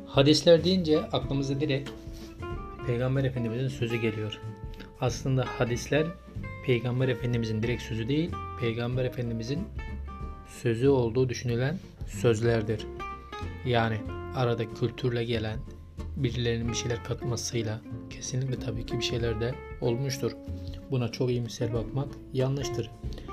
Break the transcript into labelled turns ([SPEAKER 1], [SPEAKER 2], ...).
[SPEAKER 1] Hadisler deyince aklımıza direkt Peygamber Efendimizin sözü geliyor. Aslında hadisler Peygamber Efendimizin direkt sözü değil, Peygamber Efendimizin sözü olduğu düşünülen sözlerdir. Yani arada kültürle gelen, birilerinin bir şeyler katmasıyla kesinlikle tabii ki bir şeyler de olmuştur. Buna çok iyimser bakmak yanlıştır.